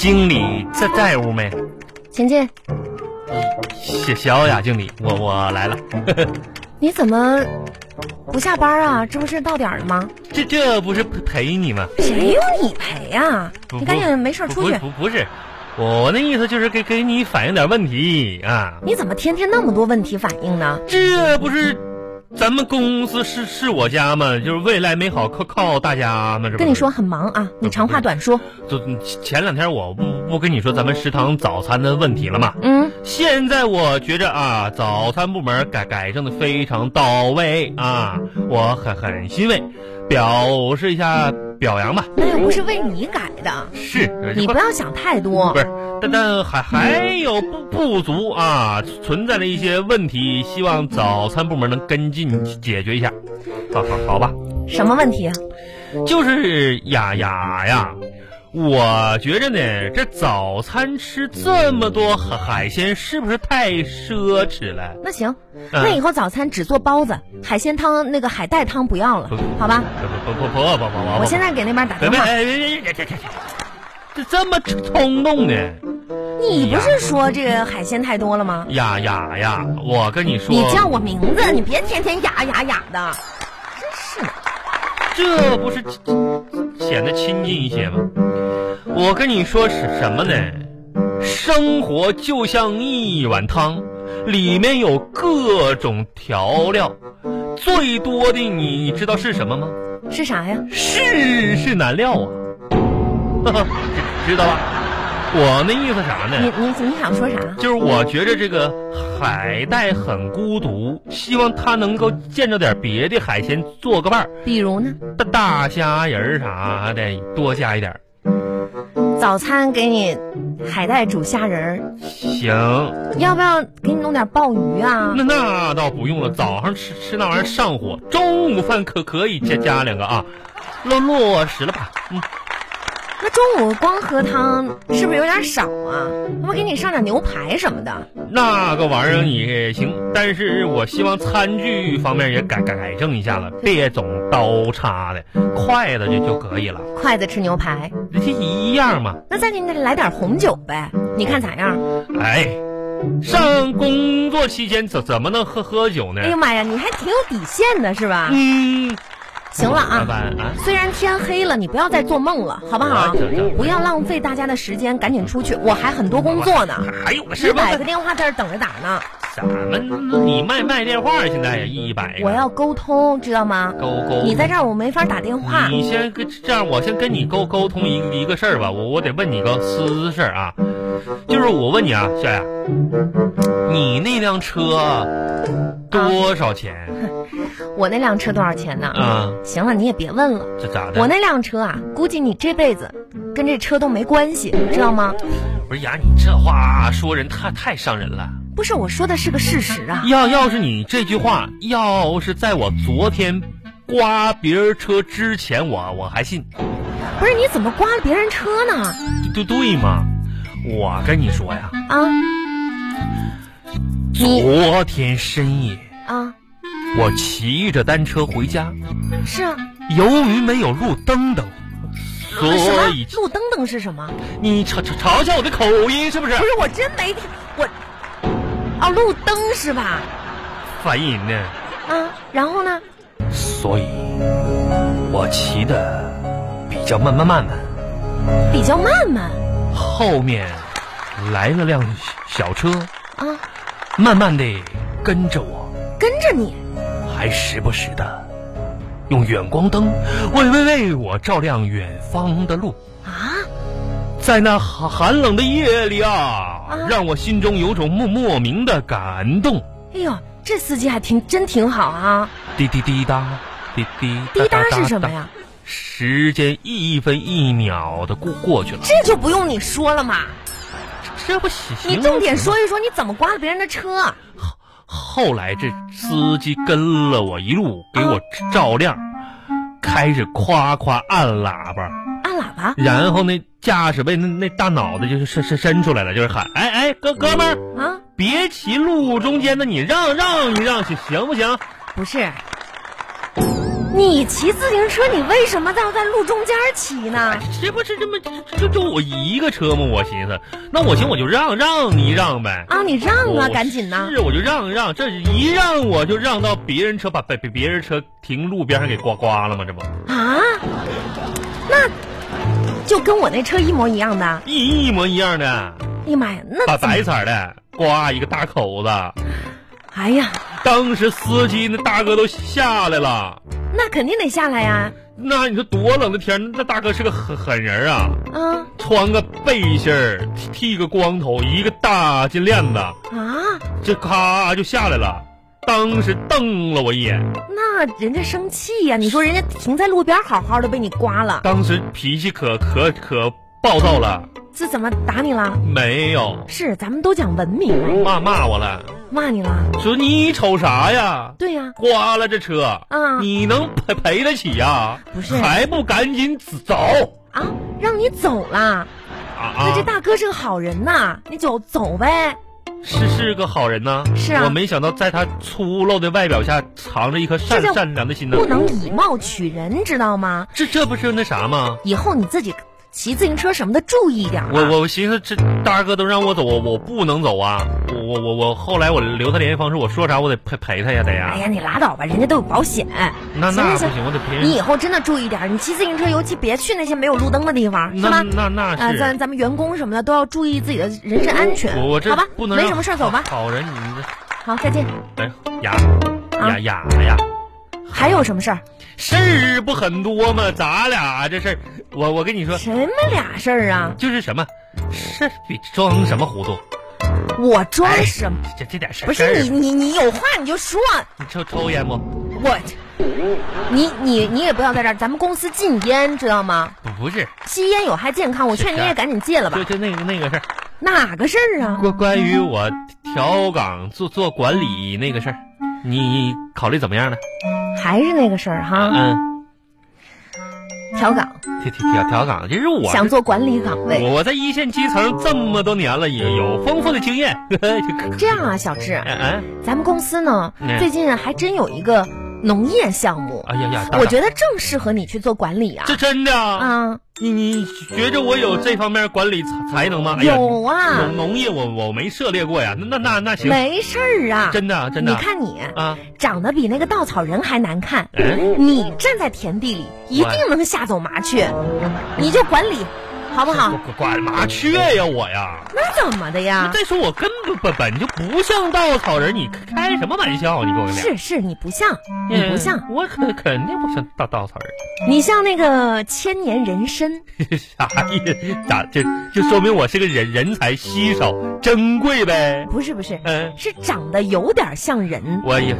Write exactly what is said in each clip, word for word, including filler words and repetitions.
经理在在屋没？ 请进。 小小雅经理，我我来了。 你怎么不下班啊？这不是到点了吗？ 这这不是陪你吗？ 谁有你陪呀？你赶紧没事出去。 不不不是，我那意思就是给给你反映点问题啊。 你怎么天天那么多问题反映呢？ 这不是咱们公司是是我家嘛，就是未来美好靠靠大家嘛。这跟你说很忙啊，你长话短说。 就前两天我不不跟你说咱们食堂早餐的问题了吗？ 嗯， 现在我觉着啊，早餐部门改改正的非常到位啊，我很很欣慰，表示一下表扬吧。 那又不是为你改的。 是， 你不要想太多。 不是，但但还还有不不足啊，存在了一些问题，希望早餐部门能跟进解决一下。好好好吧。 什么问题啊？ 就是呀呀呀，我觉着呢，这早餐吃这么多海海鲜，是不是太奢侈了？ 那行，嗯、那以后早餐只做包子，海鲜汤那个海带汤不要了，好吧？ 不不不不不不不！ 我现在给那边打电话。 别别别别别别！这这么冲动呢？ 你不是说这个海鲜太多了吗？ 呀呀呀！我跟你说， 你叫我名字，你别天天呀呀呀的，真是的。 这不是显得亲近一些吗？我跟你说是什么呢？生活就像一碗汤，里面有各种调料，最多的你知道是什么吗？ 是啥呀？ 世事难料啊！知道吧？我那意思啥呢？ 你你你想说啥？ 就是我觉着这个海带很孤独，希望它能够见着点别的海鲜做个伴儿。 比如呢？ 大大虾仁啥的多加一点。 早餐给你海带煮虾仁。 行。 要不要给你弄点鲍鱼啊？ 那那倒不用了，早上吃吃那玩意儿上火，中午饭可可以加加两个啊，落落实了吧？嗯。 那中午光喝汤是不是有点少啊？要不给你上点牛排什么的？ 那个玩意儿也行，但是我希望餐具方面也改改改正一下了，别总刀叉的，筷子就就可以了。 筷子吃牛排， 这一样嘛。 那再给你来点红酒呗，你看咋样？ 哎，上工作期间怎怎么能喝喝酒呢？ 哎呀妈呀，你还挺有底线的是吧？ 嗯。 行了啊， 啊虽然天黑了，你不要再做梦了，好不好？不要浪费大家的时间，赶紧出去，我还很多工作呢。 还有个事， 一百个电话在这等着打呢。 咱们你卖卖电话现在一百个。 我要沟通，知道吗？ 沟沟。 你在这儿我没法打电话。 你先跟这样，我先跟你沟沟通一个一个事儿吧。我我得问你个私事啊，就是我问你啊，小雅，你那辆车多少钱？ 我那辆车多少钱呢？ 啊， 行了，你也别问了。 这咋的？ 我那辆车啊，估计你这辈子跟这车都没关系，知道吗？ 不是呀，你这话说人太太伤人了。 不是，我说的是个事实啊。 要要是你这句话，要是在我昨天刮别人车之前，我我还信。 不是，你怎么刮了别人车呢？ 对对嘛，我跟你说呀， 啊， 昨天深夜啊。 我骑着单车回家， 是啊， 由于没有路灯灯，所以路灯灯是什么？ 你嘲嘲嘲笑我的口音是不是？ 不是，我真没听我。哦，路灯是吧？ 反音呢？ 啊，然后呢？ 所以，我骑的比较慢慢慢慢， 比较慢慢。 后面来了辆小车啊， 慢慢的跟着我， 跟着你。 还时不时的用远光灯为为为我照亮远方的路啊！ 在那寒寒冷的夜里啊， 啊让我心中有种莫莫名的感动。 哎呦，这司机还挺真挺好啊！ 滴滴滴答，滴滴滴答是什么呀？ 时间一分一秒的过过去了， 这就不用你说了嘛。 这不行？ 你重点说一说你怎么刮了别人的车。 后来这司机跟了我一路，给我照亮，开始夸夸按喇叭， 按喇叭， 然后那驾驶位那那大脑袋就是伸伸伸出来了，就是喊，哎哎，哥哥们儿啊， 别骑路中间的，你让让一让行行不行？ 不是， 你骑自行车，你为什么要在路中间骑呢？ 这不是这么就就我一个车吗？我寻思，那我行我就让让你让呗。 啊，你让啊，赶紧呢！ 是，我就让让，这一让我就让到别人车，把被被别人车停路边上给刮刮了吗？这不啊？那就跟我那车一模一样的， 一一模一样的。 哎呀妈呀，那把白色的刮一个大口子。 哎呀， 当时司机那大哥都下来了。 那肯定得下来呀。 那你说多冷的天，那大哥是个狠狠人啊。 啊， 穿个背心儿，剃个光头，一个大金链子。 啊， 这咔就下来了。当时瞪了我一眼。 那人家生气呀、啊！你说人家停在路边好好的被你刮了。 当时脾气可可可暴躁了。 这怎么打你了？ 没有， 是咱们都讲文明。 骂骂我了。 骂你了？ 说你瞅啥呀？ 对呀、啊， 刮了这车， 啊， 你能赔赔得起呀？ 不是， 还不赶紧走啊？让你走了？啊啊！ 那这大哥是个好人呐，你就走呗。 是是个好人呐， 是啊。 我没想到在他粗陋的外表下藏着一颗善善良的心呢。 不能以貌取人，知道吗？ 这这不是那啥吗？ 以后你自己骑自行车什么的注意一点、啊。 我我寻思这大哥都让我走，我我不能走啊！我我我我后来我留他联系方式，我说啥我得赔赔他呀，得呀。 哎呀，你拉倒吧，人家都有保险。 那那不行，我得赔人。 你以后真的注意点，你骑自行车尤其别去那些没有路灯的地方，是吧？ 那那是。 呃，咱咱们员工什么的都要注意自己的人身安全。 我我这好吧， 不能没什么事走吧。 好人，你好，再见。 哎呀呀呀呀！ 还有什么事儿？ 事儿不很多吗？咱俩这事儿，我我跟你说， 什么俩事儿啊？ 就是什么事儿，比装什么糊涂？ 我装什么？ 哎、这这点事儿不是你你你有话你就说。 你抽抽烟不？ 我，你你你也不要在这儿，咱们公司禁烟，知道吗？ 不不是， 吸烟有害健康，我劝你也赶紧戒了吧。 就就那个那个事儿。 哪个事儿啊？ 关关于我调岗做做管理那个事儿，你考虑怎么样呢？ 还是那个事儿哈。 嗯。 调岗。 调调调岗，就是我想做管理岗位。 我我在一线基层这么多年了，也有丰富的经验。 这样啊，小智， 嗯， 咱们公司呢、 嗯、 最近还真有一个农业项目。 哎呀呀， 我觉得正适合你去做管理啊。 这真的啊？ 啊， 你你觉着我有这方面管理才能吗？哎、 有啊， 农农业我我没涉猎过呀。那那那行， 没事儿啊， 真的真的。 你看你啊， 长得比那个稻草人还难看。 嗯、 你站在田地里，一定能吓走麻雀。你就管理，好不好？ 管麻雀呀，我呀。 那怎么的呀？ 再说我根本本本就不像稻草人，你开什么玩笑？你跟我讲。 是是，你不像，你不像， 嗯、我肯肯定不像稻稻草人。 你像那个千年人参。 啥意思？咋就就说明我是个人人才稀少珍贵呗？ 不是不是， 嗯， 是长得有点像人。 我也。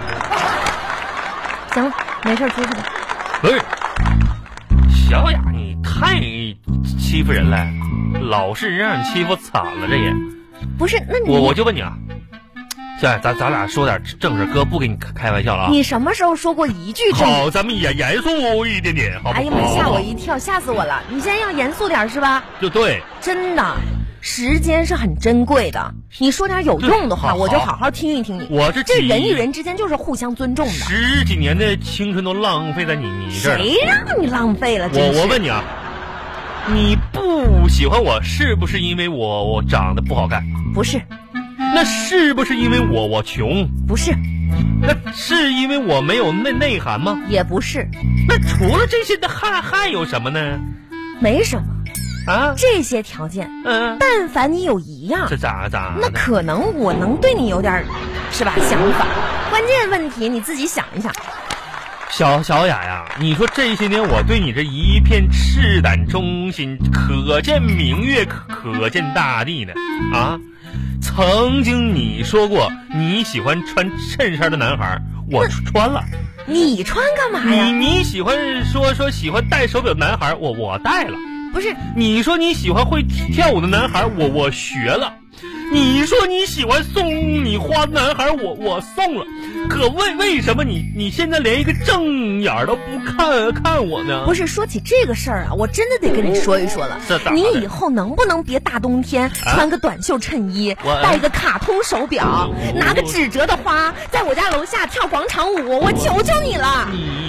行了，没事出去吧。 不是。小雅，你太欺负人了，老是让你欺负惨了，这也不是。那你我我就问你啊，小雅，咱咱俩说点正事，哥不跟你开玩笑了啊。 你什么时候说过一句正？ 好，咱们也严肃一点点，好不好？ 哎呀妈，吓我一跳，吓死我了！你现在要严肃点是吧？ 就对， 真的。时间是很珍贵的，你说点有用的话，我就好好听一听你。 我这这人与人之间就是互相尊重的。 十几年的青春都浪费在你你这儿了。 谁让你浪费了？ 我我问你啊，你不喜欢我是不是因为我我长得不好看？ 不是。 那是不是因为我我穷？ 不是。 那是因为我没有内内涵吗？ 也不是。 那除了这些的还还有什么呢？ 没什么。 啊， 这些条件， 嗯， 但凡你有一样， 这咋咋？ 那可能我能对你有点，是吧？想法，关键问题你自己想一想。 小小雅呀，你说这些年我对你这一片赤胆忠心，可见明月，可可见大地呢。啊，曾经你说过你喜欢穿衬衫的男孩，我穿了。 你穿干嘛呀？ 你你喜欢说说喜欢戴手表的男孩，我我戴了。 不是， 你说你喜欢会跳舞的男孩，我我学了。你说你喜欢送你花的男孩，我我送了。可为为什么你你现在连一个正眼都不看看我呢？ 不是，说起这个事儿啊，我真的得跟你说一说了。你以后能不能别大冬天、啊、穿个短袖衬衣，戴个卡通手表，拿个纸折的花，在我家楼下跳广场舞？我求求你了。 你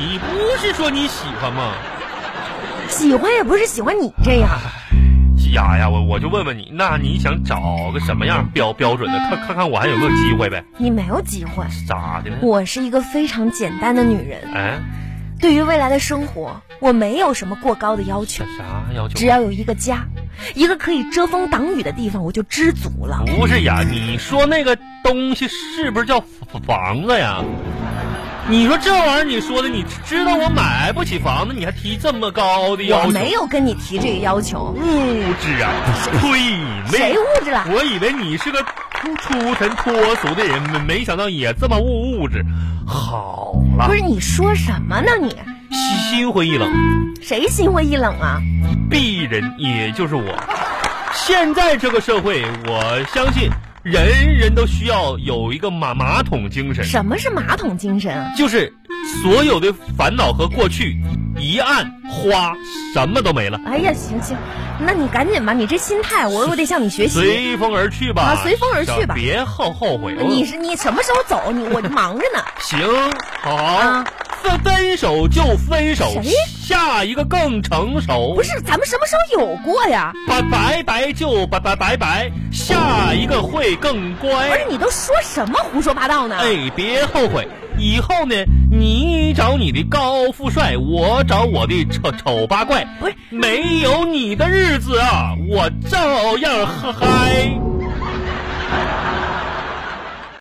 是说你喜欢吗？ 喜欢也不是喜欢你这样。 呀呀，我我就问问你，那你想找个什么样标标准的？看看看我还有没有机会呗？ 你没有机会。 咋的呢？ 我是一个非常简单的女人。 哎， 对于未来的生活，我没有什么过高的要求。 啥要求？ 只要有一个家，一个可以遮风挡雨的地方，我就知足了。 不是呀，你说那个东西是不是叫房子呀？你说这玩意儿，你说的，你知道我买不起房子，你还提这么高的要求？ 我没有跟你提这个要求。 物质啊，呸！ 谁物质了？ 我以为你是个出出尘脱俗的人，没没想到也这么物物质。好了， 不是你说什么呢你？ 心心灰意冷。 谁心灰意冷啊？ 鄙人，也就是我。现在这个社会，我相信。人人都需要有一个马马桶精神。 什么是马桶精神啊？ 就是所有的烦恼和过去一按花，什么都没了。 哎呀，行行，那你赶紧吧，你这心态我我得向你学习。 随风而去吧， 啊，随风而去吧， 别后后悔。 你是你什么时候走？你我忙着呢。 行，好。啊分分手就分手， 谁？ 下一个更成熟。 不是，咱们什么时候有过呀？ 拜拜拜就拜拜拜拜，下一个会更乖。 不是，你都说什么胡说八道呢？ 哎，别后悔，以后呢，你找你的高富帅，我找我的丑丑八怪。 不是， 没有你的日子啊，我照样嗨。